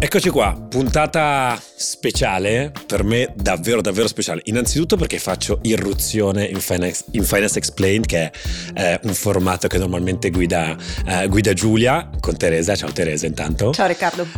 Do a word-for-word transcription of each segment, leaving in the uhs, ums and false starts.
Eccoci qua, puntata speciale, per me davvero davvero speciale. Innanzitutto perché faccio irruzione in Finance, in Finance Explained, che è eh, un formato che normalmente guida, eh, guida Giulia con Teresa. Ciao Teresa intanto. Ciao Riccardo.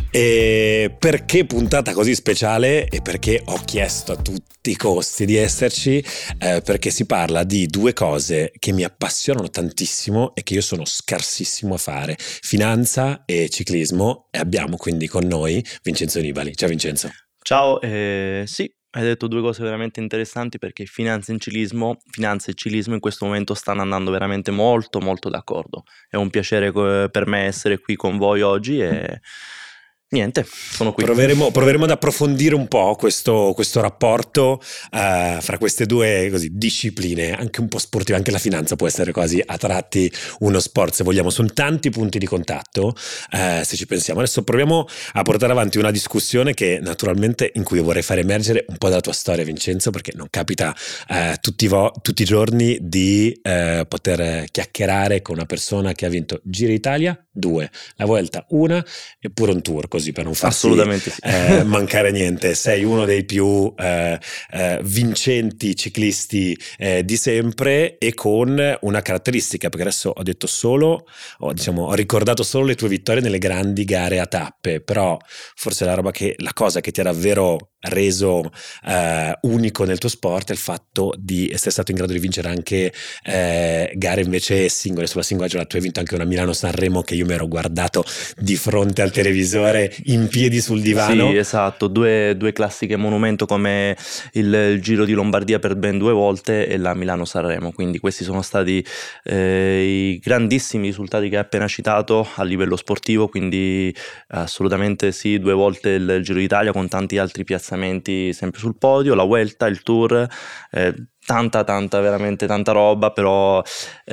E perché puntata così speciale? E perché ho chiesto a tutti i costi di esserci, eh, perché si parla di due cose che mi appassionano tantissimo e che io sono scarsissimo a fare: finanza e ciclismo. E abbiamo quindi con noi Vincenzo Nibali. Ciao Vincenzo. Ciao, eh, sì, hai detto due cose veramente interessanti, perché finanza e ciclismo, finanza e ciclismo in questo momento stanno andando veramente molto molto d'accordo. È un piacere co- per me essere qui con voi oggi e niente, sono qui. Proveremo, proveremo ad approfondire un po' questo, questo rapporto uh, fra queste due così, discipline, anche un po' sportive. Anche la finanza può essere quasi a tratti uno sport, se vogliamo. Sono tanti punti di contatto, uh, se ci pensiamo. Adesso proviamo a portare avanti una discussione che naturalmente in cui io vorrei fare emergere un po' della tua storia, Vincenzo, perché non capita uh, tutti, vo- tutti i giorni di uh, poter chiacchierare con una persona che ha vinto Giro Italia due, la Vuelta una, eppure un tour, così per non farsi Assolutamente sì. eh, mancare niente. Sei uno dei più eh, eh, vincenti ciclisti eh, di sempre, e con una caratteristica, perché adesso ho detto solo ho, diciamo, ho ricordato solo le tue vittorie nelle grandi gare a tappe, però forse la roba che la cosa che ti ha davvero reso eh, unico nel tuo sport è il fatto di essere stato in grado di vincere anche eh, gare invece singole. Sulla singola giornata tu hai vinto anche una Milano-Sanremo che io mi ero guardato di fronte al televisore in piedi sul divano. Sì, esatto, due, due classiche monumento come il, il Giro di Lombardia per ben due volte e la Milano-Sanremo, quindi questi sono stati eh, i grandissimi risultati che hai appena citato a livello sportivo, quindi assolutamente sì, due volte il Giro d'Italia con tanti altri piazzamenti sempre sul podio, la Vuelta, il Tour, eh, tanta tanta veramente tanta roba, però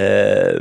eh,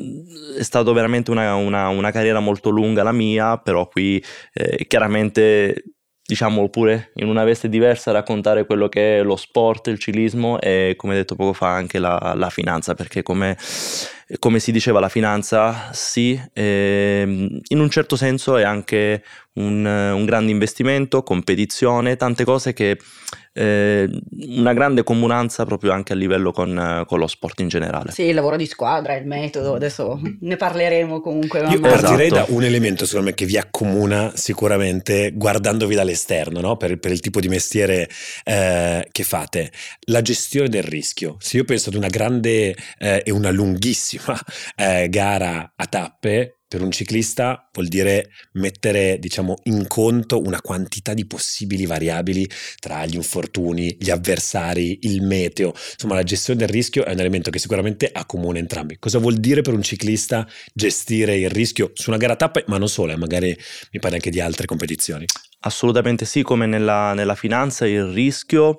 è stato veramente una, una, una carriera molto lunga la mia, però qui eh, chiaramente, diciamo, pure in una veste diversa, raccontare quello che è lo sport, il ciclismo e, come detto poco fa, anche la, la finanza, perché come, come si diceva, la finanza sì, eh, in un certo senso è anche un, un grande investimento, competizione, tante cose che eh, una grande comunanza proprio anche a livello con, con lo sport in generale. Sì, il lavoro di squadra, il metodo, adesso ne parleremo comunque. Io man mano. partirei Esatto. da un elemento secondo me che vi accomuna sicuramente guardandovi dall'esterno, no? per, per il tipo di mestiere eh, che fate: la gestione del rischio. Se io penso ad una grande eh, e una lunghissima eh, gara a tappe, per un ciclista vuol dire mettere, diciamo, in conto una quantità di possibili variabili tra gli infortuni, gli avversari, il meteo. Insomma, la gestione del rischio è un elemento che sicuramente accomuna entrambi. Cosa vuol dire per un ciclista gestire il rischio su una gara a tappe, ma non solo, eh, magari mi pare anche di altre competizioni? Assolutamente sì, come nella, nella finanza il rischio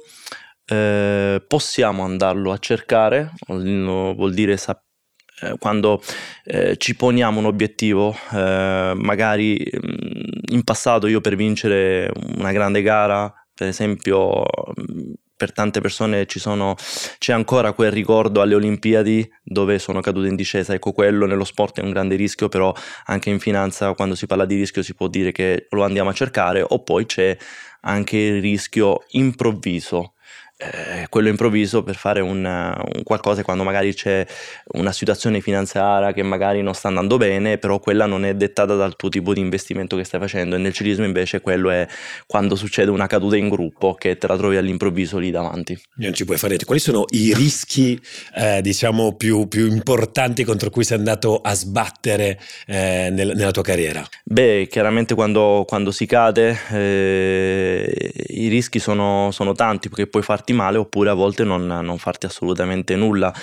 eh, possiamo andarlo a cercare, vuol dire sapere. Quando eh, ci poniamo un obiettivo, eh, magari mh, in passato io per vincere una grande gara, per esempio, mh, per tante persone ci sono, c'è ancora quel ricordo alle Olimpiadi dove sono caduto in discesa. Ecco, quello nello sport è un grande rischio, però anche in finanza, quando si parla di rischio, si può dire che lo andiamo a cercare. O poi c'è anche il rischio improvviso. Eh, quello improvviso per fare un, un qualcosa quando magari c'è una situazione finanziaria che magari non sta andando bene, però quella non è dettata dal tuo tipo di investimento che stai facendo. E nel ciclismo invece quello è quando succede una caduta in gruppo, che te la trovi all'improvviso lì davanti. Non ci puoi fare niente. Quali sono i rischi eh, diciamo più, più importanti contro cui sei andato a sbattere eh, nel, nella tua carriera? Beh, chiaramente quando, quando si cade eh, i rischi sono, sono tanti, perché puoi farti male oppure a volte non, non farti assolutamente nulla.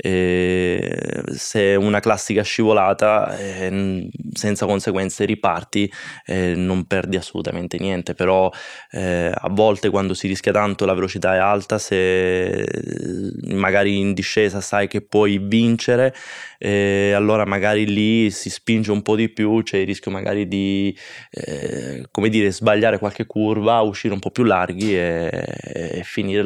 Eh, se una classica scivolata eh, senza conseguenze riparti, eh, non perdi assolutamente niente, però eh, a volte quando si rischia tanto, la velocità è alta, se magari in discesa sai che puoi vincere, eh, allora magari lì si spinge un po' di più, c'è il rischio magari di eh, come dire, sbagliare qualche curva, uscire un po' più larghi e, e finire la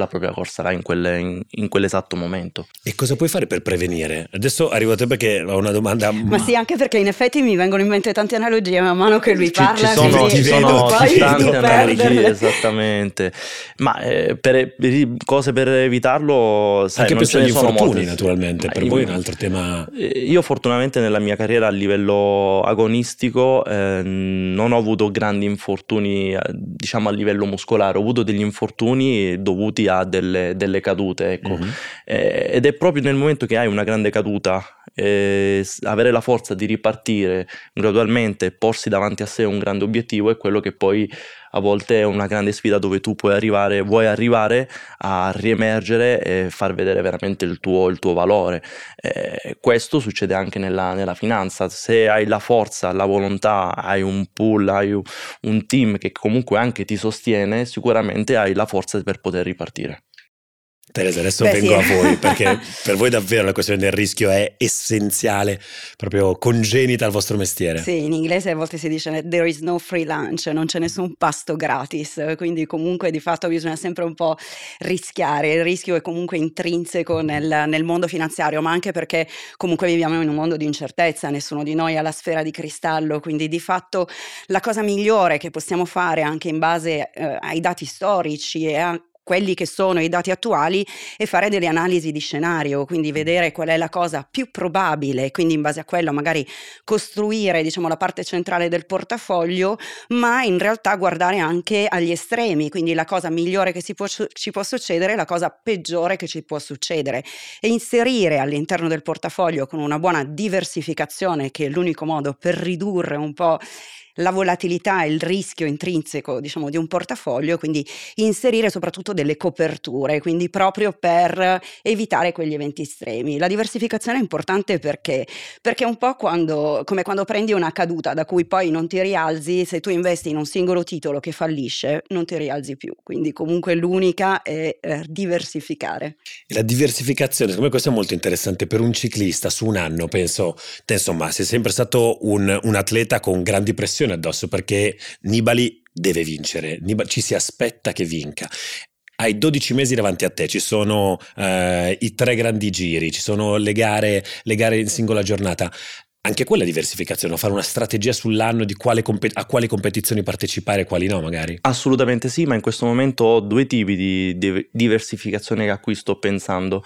la propria corsa là in, quelle, in, in quell'esatto momento. E cosa puoi fare per prevenire? Adesso arrivo a te perché ho una domanda. Ma sì, anche perché in effetti mi vengono in mente tante analogie man mano che lui Ci, parla. ci sono, quindi ci sono poi tante di analogie, perderle. esattamente. Ma eh, per, per cose per evitarlo, sai, Anche non per ce ne gli sono infortuni, molte. naturalmente, Ma per io- voi è un altro tema. Io fortunatamente nella mia carriera a livello agonistico eh, non ho avuto grandi infortuni, eh, diciamo a livello muscolare, ho avuto degli infortuni dovuti a delle, delle cadute, ecco. Mhm. Eh, ed è proprio nel momento che hai una grande caduta, eh, s- avere la forza di ripartire gradualmente, porsi davanti a sé un grande obiettivo è quello che poi a volte è una grande sfida dove tu puoi arrivare, vuoi arrivare a riemergere e far vedere veramente il tuo, il tuo valore. Eh, questo succede anche nella, nella finanza. Se hai la forza, la volontà, hai un pool, hai un un team che comunque anche ti sostiene, sicuramente hai la forza per poter ripartire. Teresa, adesso Beh, vengo sì. a voi perché per voi davvero la questione del rischio è essenziale, proprio congenita al vostro mestiere. Sì, in inglese a volte si dice there is no free lunch, non c'è nessun pasto gratis, quindi comunque di fatto bisogna sempre un po' rischiare. Il rischio è comunque intrinseco nel, nel mondo finanziario, ma anche perché comunque viviamo in un mondo di incertezza, nessuno di noi ha la sfera di cristallo, quindi di fatto la cosa migliore che possiamo fare anche in base eh, ai dati storici e a quelli che sono i dati attuali e fare delle analisi di scenario, quindi vedere qual è la cosa più probabile, quindi in base a quello magari costruire, diciamo, la parte centrale del portafoglio, ma in realtà guardare anche agli estremi, quindi la cosa migliore che si può, ci può succedere, la cosa peggiore che ci può succedere, e inserire all'interno del portafoglio con una buona diversificazione, che è l'unico modo per ridurre un po' la volatilità e il rischio intrinseco, diciamo, di un portafoglio, quindi inserire soprattutto delle coperture, quindi proprio per evitare quegli eventi estremi. La diversificazione è importante perché perché un po' quando, come quando prendi una caduta da cui poi non ti rialzi, se tu investi in un singolo titolo che fallisce, non ti rialzi più, quindi comunque l'unica è eh, diversificare. La diversificazione, secondo me questo è molto interessante per un ciclista su un anno, penso, te insomma, sei sempre stato un, un atleta con grandi pressioni addosso perché Nibali deve vincere, Nibali, ci si aspetta che vinca. Hai dodici mesi davanti a te, ci sono eh, i tre grandi giri, ci sono le gare, le gare in singola giornata. Anche quella è diversificazione, fare una strategia sull'anno di quale compe- a quali competizioni partecipare e quali no, magari. Assolutamente sì, ma in questo momento ho due tipi di di- diversificazione a cui sto pensando.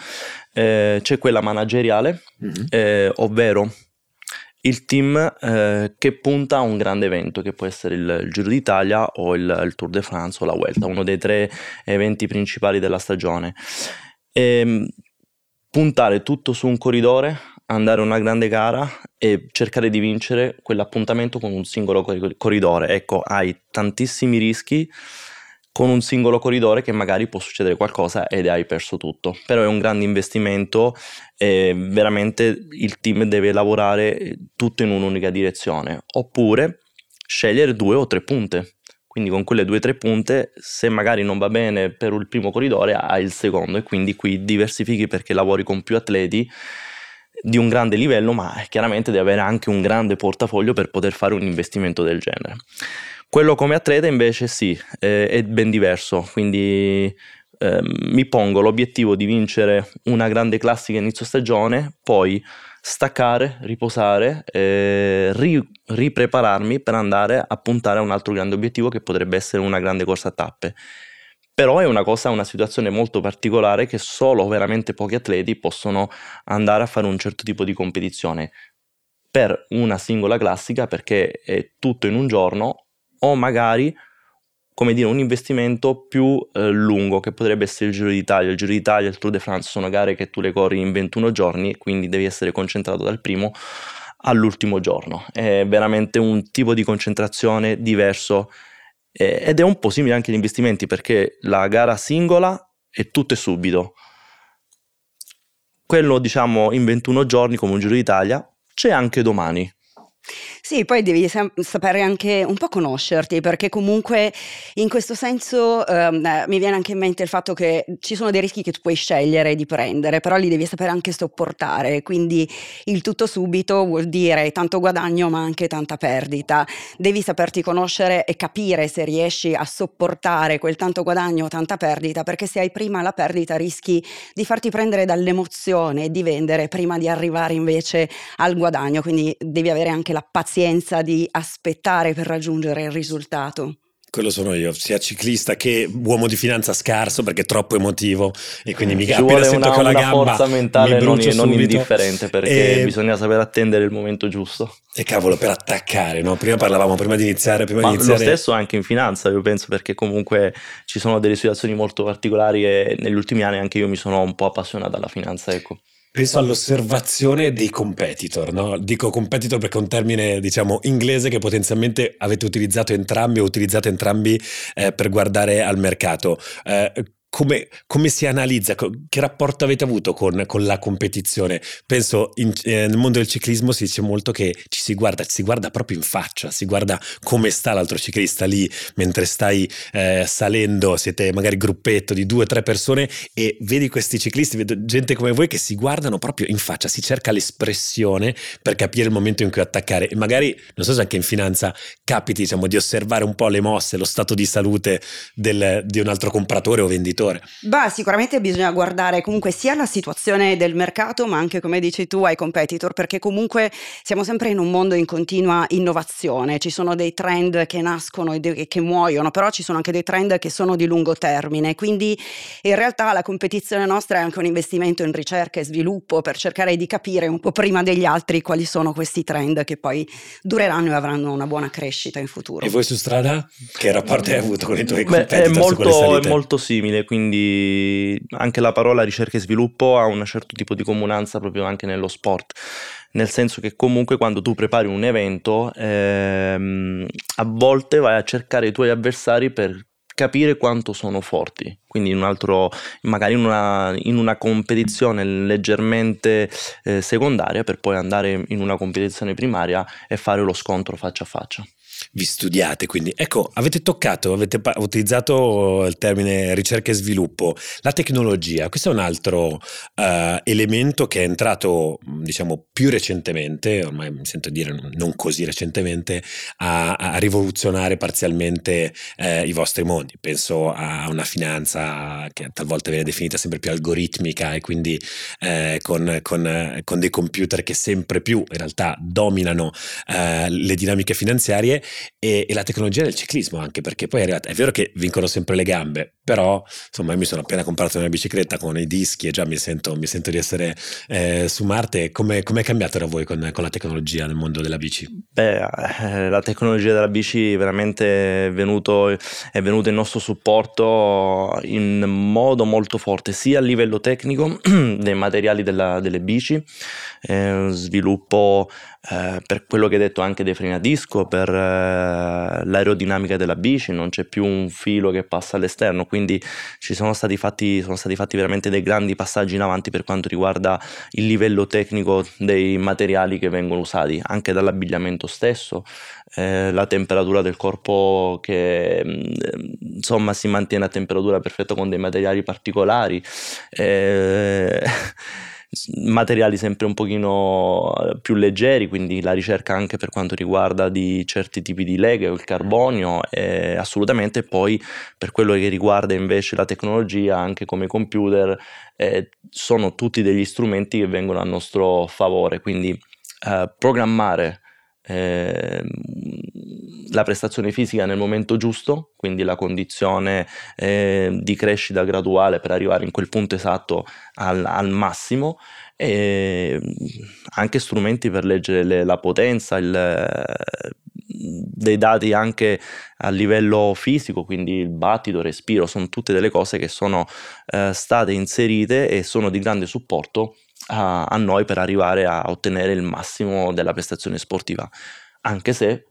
Eh, c'è quella manageriale, Mhm. eh, ovvero il team eh, che punta a un grande evento, che può essere il, il Giro d'Italia o il, il Tour de France o la Vuelta, uno dei tre eventi principali della stagione. Ehm, puntare tutto su un corridore, andare a una grande gara e cercare di vincere quell'appuntamento con un singolo cor- corridore. Ecco, hai tantissimi rischi con un singolo corridore che magari può succedere qualcosa ed hai perso tutto. Però è un grande investimento e veramente il team deve lavorare tutto in un'unica direzione. Oppure scegliere due o tre punte. Quindi con quelle due o tre punte, se magari non va bene per il primo corridore, hai il secondo, e quindi qui diversifichi perché lavori con più atleti di un grande livello, ma chiaramente devi avere anche un grande portafoglio per poter fare un investimento del genere. Quello come atleta invece sì, eh, è ben diverso, quindi eh, mi pongo l'obiettivo di vincere una grande classica inizio stagione, poi staccare, riposare, eh, ri- riprepararmi per andare a puntare a un altro grande obiettivo che potrebbe essere una grande corsa a tappe. Però è una cosa, una situazione molto particolare che solo veramente pochi atleti possono andare a fare un certo tipo di competizione per una singola classica, perché è tutto in un giorno, o magari, come dire, un investimento più eh, lungo, che potrebbe essere il Giro d'Italia. Il Giro d'Italia e il Tour de France sono gare che tu le corri in ventuno giorni, quindi devi essere concentrato dal primo all'ultimo giorno. È veramente un tipo di concentrazione diverso, eh, ed è un po' simile anche agli investimenti, perché la gara singola è tutto e subito. Quello, diciamo, in ventuno giorni come un Giro d'Italia c'è anche domani. Sì, poi devi sem- sapere anche un po' conoscerti, perché comunque in questo senso ehm, eh, mi viene anche in mente il fatto che ci sono dei rischi che tu puoi scegliere di prendere, però li devi sapere anche sopportare, quindi il tutto subito vuol dire tanto guadagno ma anche tanta perdita. Devi saperti conoscere e capire se riesci a sopportare quel tanto guadagno o tanta perdita, perché se hai prima la perdita rischi di farti prendere dall'emozione e di vendere prima di arrivare invece al guadagno, quindi devi avere anche la pazienza di aspettare per raggiungere il risultato. Quello sono io, sia ciclista che uomo di finanza scarso perché è troppo emotivo e quindi mi Ci appena vuole sento una, che ho la una gamba forza mi mentale non, brucio non subito indifferente, perché e, bisogna saper attendere il momento giusto. e cavolo per attaccare, no? Prima parlavamo, prima di iniziare, prima Ma di lo iniziare stesso anche in finanza, io penso, perché comunque ci sono delle situazioni molto particolari e negli ultimi anni anche io mi sono un po' appassionato alla finanza, ecco. penso all'osservazione dei competitor, no? Dico competitor perché è un termine, diciamo, inglese che potenzialmente avete utilizzato entrambi o utilizzate entrambi eh, per guardare al mercato. Eh, come, come si analizza? Co- Che rapporto avete avuto con, con la competizione? Penso in- eh, nel mondo del ciclismo si dice molto che ci si guarda, ci si guarda proprio in faccia, si guarda come sta l'altro ciclista lì mentre stai eh, salendo, siete magari gruppetto di due o tre persone e vedi questi ciclisti, vedo gente come voi che si guardano proprio in faccia, si cerca l'espressione per capire il momento in cui attaccare e magari, non so se anche in finanza capiti, diciamo, di osservare un po' le mosse, lo stato di salute del, di un altro compratore o venditore. Beh, sicuramente bisogna guardare comunque sia la situazione del mercato, ma anche, come dici tu, ai competitor, perché comunque siamo sempre in un mondo in continua innovazione, ci sono dei trend che nascono e de- che muoiono, però ci sono anche dei trend che sono di lungo termine, quindi in realtà la competizione nostra è anche un investimento in ricerca e sviluppo per cercare di capire un po' prima degli altri quali sono questi trend che poi dureranno e avranno una buona crescita in futuro. E voi su strada? Che rapporto hai avuto con i tuoi Beh, competitor è su quelle molto, è salite? molto simile, quindi anche la parola ricerca e sviluppo ha un certo tipo di comunanza proprio anche nello sport, nel senso che comunque quando tu prepari un evento ehm, a volte vai a cercare i tuoi avversari per capire quanto sono forti, quindi in un altro, magari in una, in una competizione leggermente eh, secondaria per poi andare in una competizione primaria e fare lo scontro faccia a faccia. Vi studiate, quindi ecco, avete toccato, avete pa- utilizzato il termine ricerca e sviluppo, la tecnologia, questo è un altro eh, elemento che è entrato, diciamo, più recentemente, ormai mi sento dire non così recentemente, a, a rivoluzionare parzialmente eh, i vostri mondi. Penso a una finanza che talvolta viene definita sempre più algoritmica e quindi eh, con, con, con dei computer che sempre più in realtà dominano eh, le dinamiche finanziarie. E, e la tecnologia del ciclismo anche, perché poi è arrivata, è vero che vincono sempre le gambe, però insomma io mi sono appena comprato una bicicletta con i dischi e già mi sento, mi sento di essere eh, su Marte. Come è cambiato da voi con, con la tecnologia nel mondo della bici? Beh, eh, la tecnologia della bici veramente è venuto, è venuto in nostro supporto in modo molto forte, sia a livello tecnico dei materiali della, delle bici, eh, sviluppo eh, per quello che hai detto anche dei freni a disco, per eh, l'aerodinamica della bici, non c'è più un filo che passa all'esterno, quindi ci sono stati fatti, sono stati fatti veramente dei grandi passaggi in avanti per quanto riguarda il livello tecnico dei materiali che vengono usati, anche dall'abbigliamento stesso, eh, la temperatura del corpo che mh, insomma si mantiene a temperatura perfetta con dei materiali particolari, eh, materiali sempre un pochino più leggeri, quindi la ricerca anche per quanto riguarda di certi tipi di leghe o il carbonio, eh, assolutamente. Poi per quello che riguarda invece la tecnologia, anche come computer, eh, sono tutti degli strumenti che vengono a nostro favore, quindi eh, programmare eh, la prestazione fisica nel momento giusto, quindi la condizione eh, di crescita graduale per arrivare in quel punto esatto al, al massimo, e anche strumenti per leggere le, la potenza, il, dei dati anche a livello fisico, quindi il battito, respiro, sono tutte delle cose che sono eh, state inserite e sono di grande supporto a, a noi per arrivare a ottenere il massimo della prestazione sportiva, anche se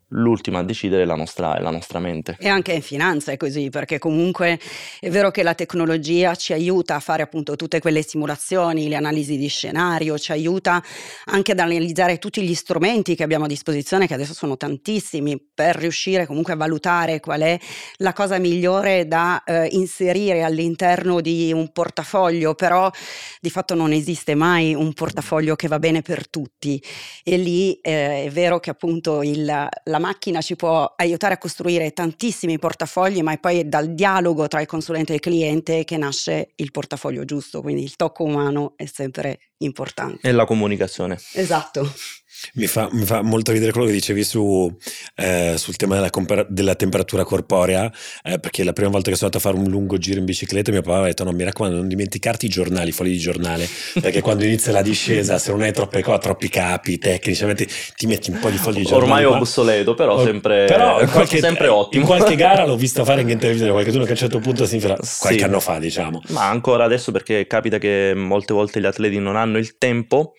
l'ultima a decidere è la nostra, è la nostra mente. E anche in finanza è così, perché comunque è vero che la tecnologia ci aiuta a fare appunto tutte quelle simulazioni, le analisi di scenario, ci aiuta anche ad analizzare tutti gli strumenti che abbiamo a disposizione, che adesso sono tantissimi, per riuscire comunque a valutare qual è la cosa migliore da eh, inserire all'interno di un portafoglio, però di fatto non esiste mai un portafoglio che va bene per tutti, e lì eh, è vero che appunto il, la macchina ci può aiutare a costruire tantissimi portafogli, ma è poi dal dialogo tra il consulente e il cliente che nasce il portafoglio giusto, quindi il tocco umano è sempre importante. E la comunicazione. Esatto. Mi fa, mi fa molto ridere quello che dicevi su, eh, sul tema della, compar- della temperatura corporea, eh, perché la prima volta che sono andato a fare un lungo giro in bicicletta mio papà aveva detto: no, mi raccomando, non dimenticarti i giornali, i fogli di giornale, perché quando inizia la discesa, se non hai troppe cose, troppi capi tecnicamente, ti metti un po' di fogli di giornale. Ormai qua. obsoleto, però sempre, però qualche, sempre ottimo. In qualche gara l'ho visto fare anche in televisione, qualcuno che a un certo punto si infila, qualche Sì. anno fa, diciamo. Ma ancora adesso, perché capita che molte volte gli atleti non hanno il tempo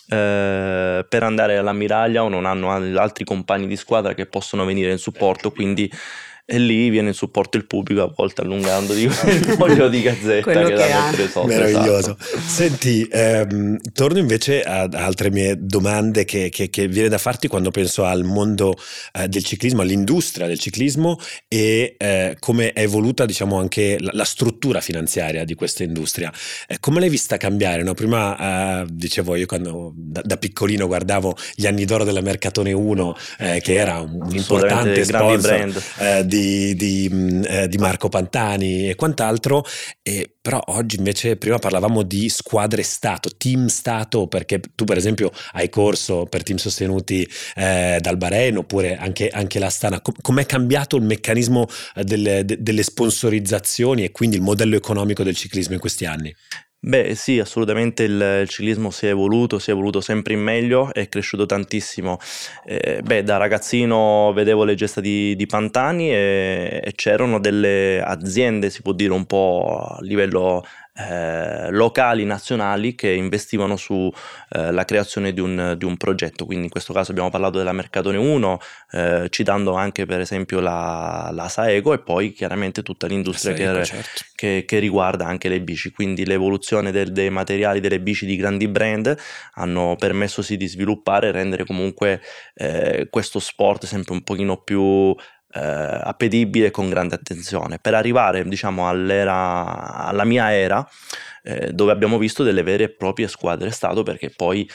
eh, per andare all'ammiraglia o non hanno altri compagni di squadra che possono venire in supporto, quindi e lì viene in supporto il pubblico, a volte allungando di quel foglio di gazzetta che, che da ha. mettere sotto. Meraviglioso. Esatto. Senti, ehm, torno invece ad altre mie domande che, che, che viene da farti quando penso al mondo eh, del ciclismo, all'industria del ciclismo e eh, come è evoluta, diciamo, anche la, la struttura finanziaria di questa industria. Eh, come l'hai vista cambiare? No? Prima eh, dicevo io quando da, da piccolino guardavo gli anni d'oro della Mercatone uno, eh, che era un, un importante sponsor brand. Eh, di Di, di, eh, di Marco Pantani e quant'altro, e però oggi invece prima parlavamo di squadre Stato, team Stato, perché tu per esempio hai corso per team sostenuti eh, dal Bahrain oppure anche, anche l'Astana. Com- com'è cambiato il meccanismo delle, de- delle sponsorizzazioni e quindi il modello economico del ciclismo in questi anni? Beh sì, assolutamente il, il ciclismo si è evoluto, si è evoluto sempre in meglio, è cresciuto tantissimo. Eh, beh, da ragazzino vedevo le gesta di, di Pantani e, e c'erano delle aziende, si può dire un po' a livello eh, locali, nazionali, che investivano su eh, la creazione di un, di un progetto. Quindi in questo caso abbiamo parlato della Mercatone uno, eh, citando anche per esempio la, la Saeco e poi chiaramente tutta l'industria Saeco, che, certo. che, che riguarda anche le bici. Quindi l'evoluzione del, dei materiali delle bici di grandi brand hanno permesso sì di sviluppare e rendere comunque eh, questo sport sempre un pochino più eh, appetibile, con grande attenzione, per arrivare diciamo all'era, alla mia era, eh, dove abbiamo visto delle vere e proprie squadre Stato, perché poi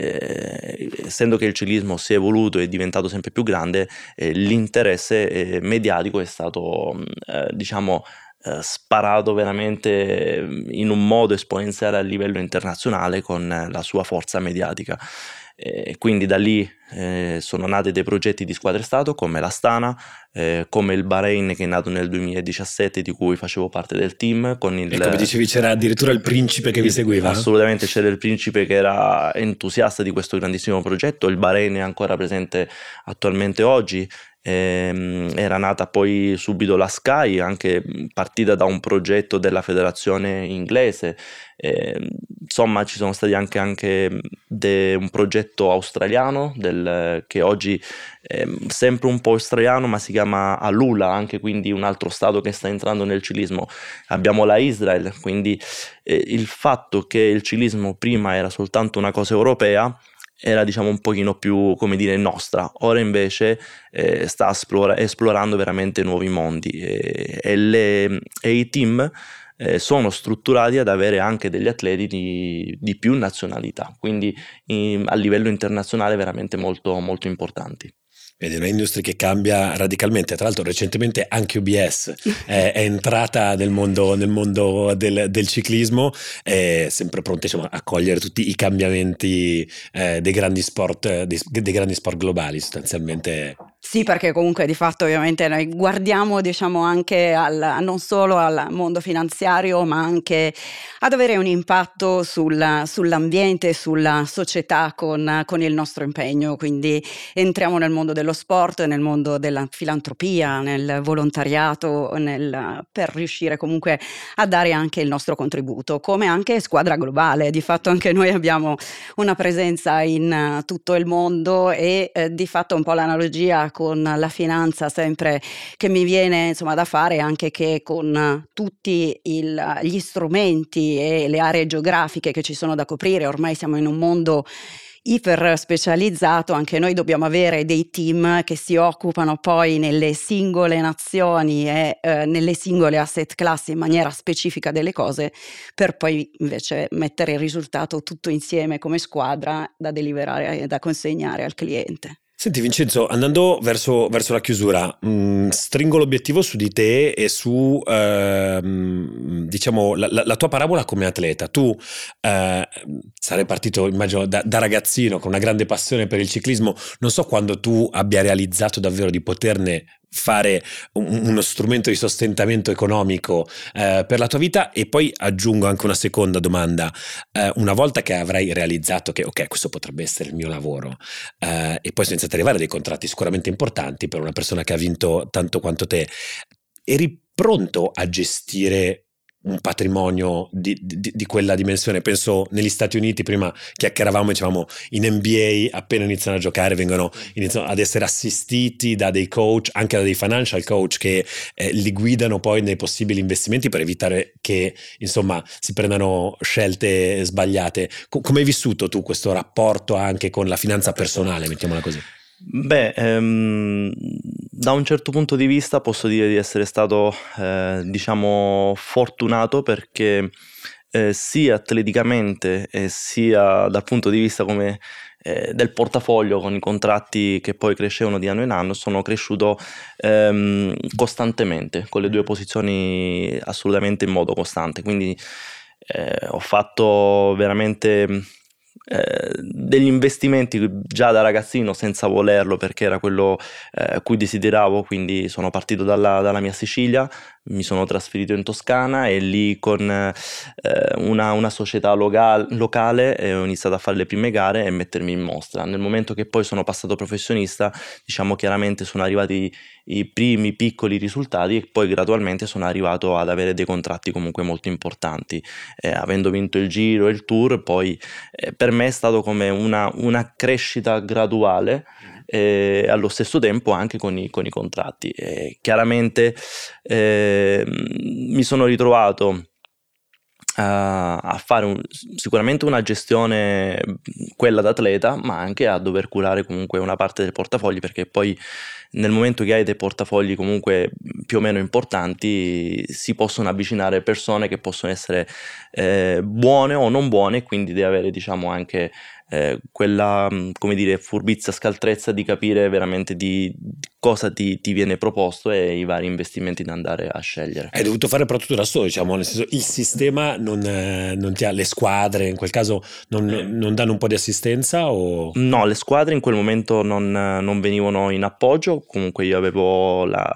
eh, essendo che il ciclismo si è evoluto e è diventato sempre più grande, eh, l'interesse eh, mediatico è stato eh, diciamo eh, sparato veramente in un modo esponenziale a livello internazionale con eh, la sua forza mediatica. E quindi da lì eh, sono nati dei progetti di squadre Stato come l'Astana, eh, come il Bahrain, che è nato nel duemiladiciassette, di cui facevo parte del team. Con il, E come dicevi c'era addirittura il principe che vi seguiva? Assolutamente, c'era il principe che era entusiasta di questo grandissimo progetto. Il Bahrain è ancora presente attualmente oggi. Eh, era nata poi subito la Sky, anche partita da un progetto della federazione inglese. Eh, insomma ci sono stati anche, anche de, un progetto australiano del, che oggi è sempre un po' australiano, ma si chiama Alula, anche quindi un altro stato che sta entrando nel ciclismo. Abbiamo la Israel, quindi eh, il fatto che il ciclismo prima era soltanto una cosa europea era diciamo un pochino più, come dire, nostra. Ora invece eh, sta esplora- esplorando veramente nuovi mondi e, e, le, e i team eh, sono strutturati ad avere anche degli atleti di, di più nazionalità, quindi in, a livello internazionale veramente molto, molto importanti. Vedi, è un'industria che cambia radicalmente. Tra l'altro recentemente anche U B S è, è entrata nel mondo, nel mondo del, del ciclismo, è sempre pronta, diciamo, a cogliere tutti i cambiamenti eh, dei grandi sport, dei, dei grandi sport globali sostanzialmente. Sì, perché comunque di fatto ovviamente noi guardiamo diciamo anche al, non solo al mondo finanziario, ma anche ad avere un impatto sul, sull'ambiente, sulla società con, con il nostro impegno. Quindi entriamo nel mondo dello sport, nel mondo della filantropia, nel volontariato, nel, per riuscire comunque a dare anche il nostro contributo, come anche squadra globale. Di fatto anche noi abbiamo una presenza in uh, tutto il mondo e eh, di fatto un po' l'analogia con la finanza sempre che mi viene insomma da fare, anche che con tutti il, gli strumenti e le aree geografiche che ci sono da coprire, ormai siamo in un mondo iper specializzato, anche noi dobbiamo avere dei team che si occupano poi nelle singole nazioni e eh, nelle singole asset class in maniera specifica delle cose, per poi invece mettere il risultato tutto insieme come squadra da deliberare e da consegnare al cliente. Senti Vincenzo, andando verso, verso la chiusura, mh, stringo l'obiettivo su di te e su ehm, diciamo la, la, la tua parabola come atleta. Tu eh, sarai partito, immagino, da, da ragazzino con una grande passione per il ciclismo. Non so quando tu abbia realizzato davvero di poterne fare un, uno strumento di sostentamento economico eh, per la tua vita. E poi aggiungo anche una seconda domanda: eh, una volta che avrai realizzato che ok, questo potrebbe essere il mio lavoro, eh, e poi sono iniziati ad arrivare dei contratti sicuramente importanti per una persona che ha vinto tanto quanto te, eri pronto a gestire un patrimonio di, di, di quella dimensione? Penso negli Stati Uniti, prima chiacchieravamo, dicevamo in N B A appena iniziano a giocare vengono iniziano ad essere assistiti da dei coach, anche da dei financial coach che eh, li guidano poi nei possibili investimenti per evitare che insomma si prendano scelte sbagliate. Co- come hai vissuto tu questo rapporto anche con la finanza personale, mettiamola così? Beh, ehm, da un certo punto di vista posso dire di essere stato, eh, diciamo, fortunato, perché eh, sia atleticamente e sia dal punto di vista come eh, del portafoglio, con i contratti che poi crescevano di anno in anno, sono cresciuto ehm, costantemente, con le due posizioni assolutamente in modo costante. Quindi eh, ho fatto veramente Eh, degli investimenti già da ragazzino senza volerlo, perché era quello eh, a cui desideravo. Quindi sono partito dalla, dalla mia Sicilia, mi sono trasferito in Toscana e lì con eh, una, una società local, locale eh, ho iniziato a fare le prime gare e mettermi in mostra. Nel momento che poi sono passato professionista, diciamo, chiaramente sono arrivati i primi piccoli risultati e poi gradualmente sono arrivato ad avere dei contratti comunque molto importanti, eh, avendo vinto il Giro e il Tour. Poi eh, per me è stato come una, una crescita graduale, e allo stesso tempo anche con i, con i contratti. E chiaramente eh, mi sono ritrovato a, a fare un, sicuramente una gestione, quella d'atleta, ma anche a dover curare comunque una parte del portafogli, perché poi nel momento che hai dei portafogli comunque più o meno importanti si possono avvicinare persone che possono essere eh, buone o non buone, quindi devi avere, diciamo, anche eh, quella, come dire, furbizia, scaltrezza di capire veramente di, di cosa ti, ti viene proposto e i vari investimenti da andare a scegliere. Hai dovuto fare però tutto da solo, diciamo, nel senso, il sistema non, eh, non ti ha, le squadre in quel caso non, non danno un po' di assistenza o... No, le squadre in quel momento non, non venivano in appoggio. Comunque io avevo la,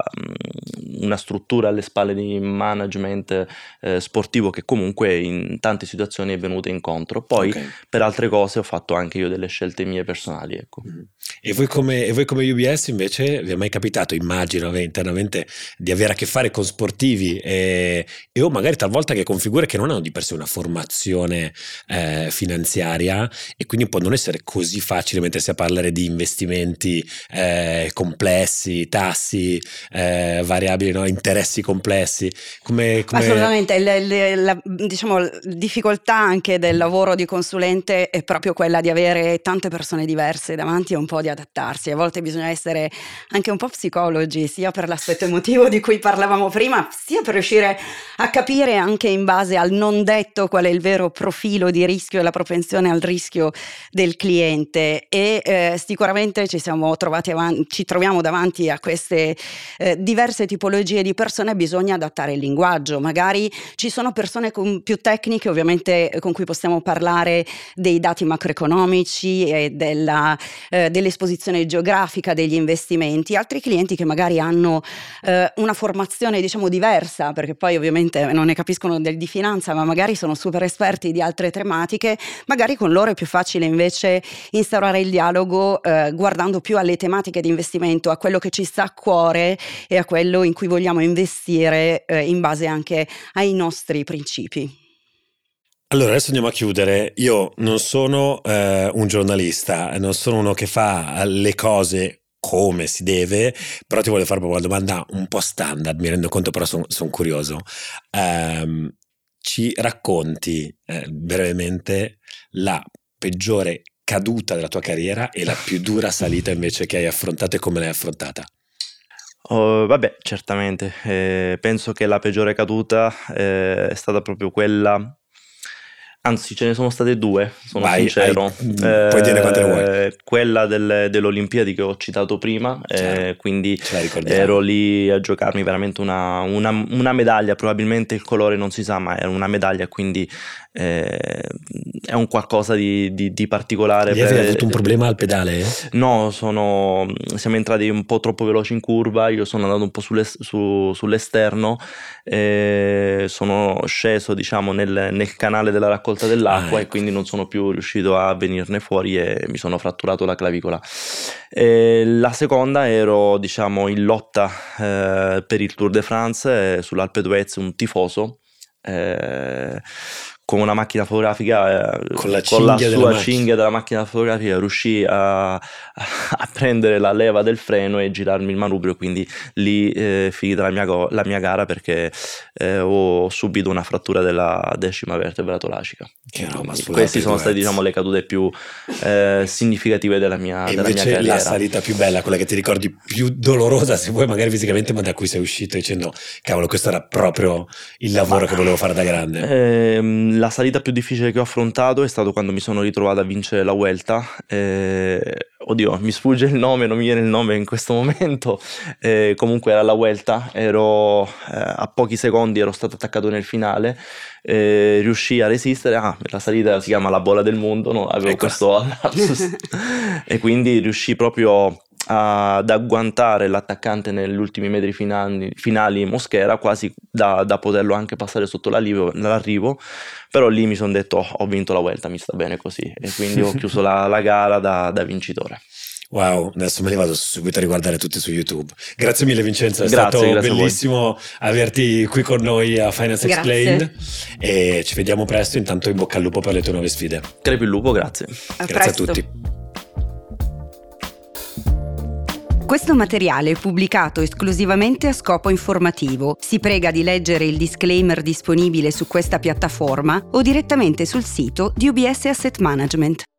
una struttura alle spalle di management eh, sportivo che comunque in tante situazioni è venuta incontro. Poi okay, per altre cose ho fatto anche io delle scelte mie personali, ecco. Mm-hmm. E voi come, e voi come U B S invece vi è mai capitato, immagino internamente, di avere a che fare con sportivi e, e o magari talvolta che con figure che non hanno di per sé una formazione eh, finanziaria, e quindi può non essere così facile mettersi a parlare di investimenti eh, complessi, tassi, eh, variabili, no? Interessi complessi? Come, come... Assolutamente, le, le, la diciamo, difficoltà anche del lavoro di consulente è proprio quella di avere tante persone diverse davanti e un po' di adattarsi. A volte bisogna essere anche un po' psicologi, sia per l'aspetto emotivo di cui parlavamo prima, sia per riuscire a capire anche in base al non detto qual è il vero profilo di rischio e la propensione al rischio del cliente. E eh, sicuramente ci siamo trovati avanti, ci troviamo davanti a queste eh, diverse tipologie di persone. Bisogna adattare il linguaggio. Magari ci sono persone con, più tecniche, ovviamente, con cui possiamo parlare dei dati macroeconomici e della, eh, dell'esposizione geografica degli investimenti. Altri clienti che magari hanno eh, una formazione, diciamo, diversa, perché poi ovviamente non ne capiscono del, di finanza, ma magari sono super esperti di altre tematiche. Magari con loro è più facile invece instaurare il dialogo eh, guardando più alle tematiche di investimento, a quello che ci sta a cuore e a quello in cui vogliamo investire eh, in base anche ai nostri principi. Allora, adesso andiamo a chiudere. Io non sono eh, un giornalista, non sono uno che fa le cose come si deve, però ti voglio fare proprio una domanda un po' standard, mi rendo conto, però sono son curioso. Um, ci racconti eh, brevemente la peggiore caduta della tua carriera e la più dura salita invece che hai affrontato e come l'hai affrontata? Oh, vabbè, certamente, eh, penso che la peggiore caduta eh, è stata proprio quella, anzi ce ne sono state due, sono Vai, sincero. hai- mm, puoi dire quante ne vuoi. Eh, quella del- delle Olimpiadi che ho citato prima, eh, Chiaro. quindi Ce la ricordiamo. ero lì a giocarmi veramente una, una- una medaglia, probabilmente il colore non si sa, ma era una medaglia, quindi eh, è un qualcosa di, di- di particolare. Lì avevi per- avuto un problema al pedale? No, sono, siamo entrati un po' troppo veloci in curva, io sono andato un po' sull'es- su- sull'esterno, e sono sceso diciamo nel, nel canale della raccolta dell'acqua Ah, e ecco. quindi non sono più riuscito a venirne fuori e mi sono fratturato la clavicola. E la seconda ero diciamo in lotta eh, per il Tour de France eh, sull'Alpe d'Huez, un tifoso. eh, con una macchina fotografica eh, Con la con la cinghia della sua macchina. cinghia della macchina fotografica riuscì a, a prendere la leva del freno e girarmi il manubrio, quindi lì è finita la mia, go- la mia gara perché eh, ho subito una frattura della decima vertebra toracica. Che roba, Quindi sull'Alpe queste sono state d'Huez. diciamo le cadute più eh, significative della mia, E della mia invece carriera. la salita più bella, quella che ti ricordi più dolorosa, se vuoi magari fisicamente, ma da cui sei uscito dicendo cavolo, questo era proprio il lavoro che volevo fare da grande. Ehm, la salita più difficile che ho affrontato è stato quando mi sono ritrovato a vincere la Vuelta. Eh, oddio, mi sfugge il nome, non mi viene il nome in questo momento. Eh, comunque era la Vuelta, ero eh, a pochi secondi, ero stato attaccato nel finale. Eh, riuscii a resistere. Ah, la salita si chiama la bola del mondo, no? Avevo Ecco. questo lapsus. E quindi riuscii proprio ad agguantare l'attaccante negli ultimi metri finali, finali Mosquera, quasi da, da poterlo anche passare sotto l'arrivo, l'arrivo. Però lì mi sono detto oh, ho vinto la Vuelta, mi sta bene così, e quindi ho chiuso la, la gara da, da vincitore. Wow, adesso me li vado subito a riguardare tutti su YouTube. Grazie mille Vincenzo, è Grazie, stato grazie a voi. bellissimo averti qui con noi a Finance Grazie. Explained e ci vediamo presto, intanto in bocca al lupo per le tue nuove sfide. Crepi il lupo, grazie. A Grazie presto. a tutti. Questo materiale è pubblicato esclusivamente a scopo informativo. Si prega di leggere il disclaimer disponibile su questa piattaforma o direttamente sul sito di U B S Asset Management.